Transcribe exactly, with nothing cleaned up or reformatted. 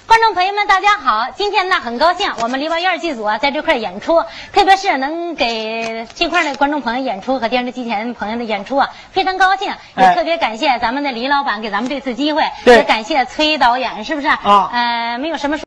观众朋友们，大家好！今天呢，很高兴我们梨花院剧组啊在这块演出，特别是能给这块的观众朋友演出和电视机前朋友的演出啊，非常高兴，也特别感谢咱们的李老板给咱们这次机会，也感谢崔导演，是不是？啊，呃，没有什么说。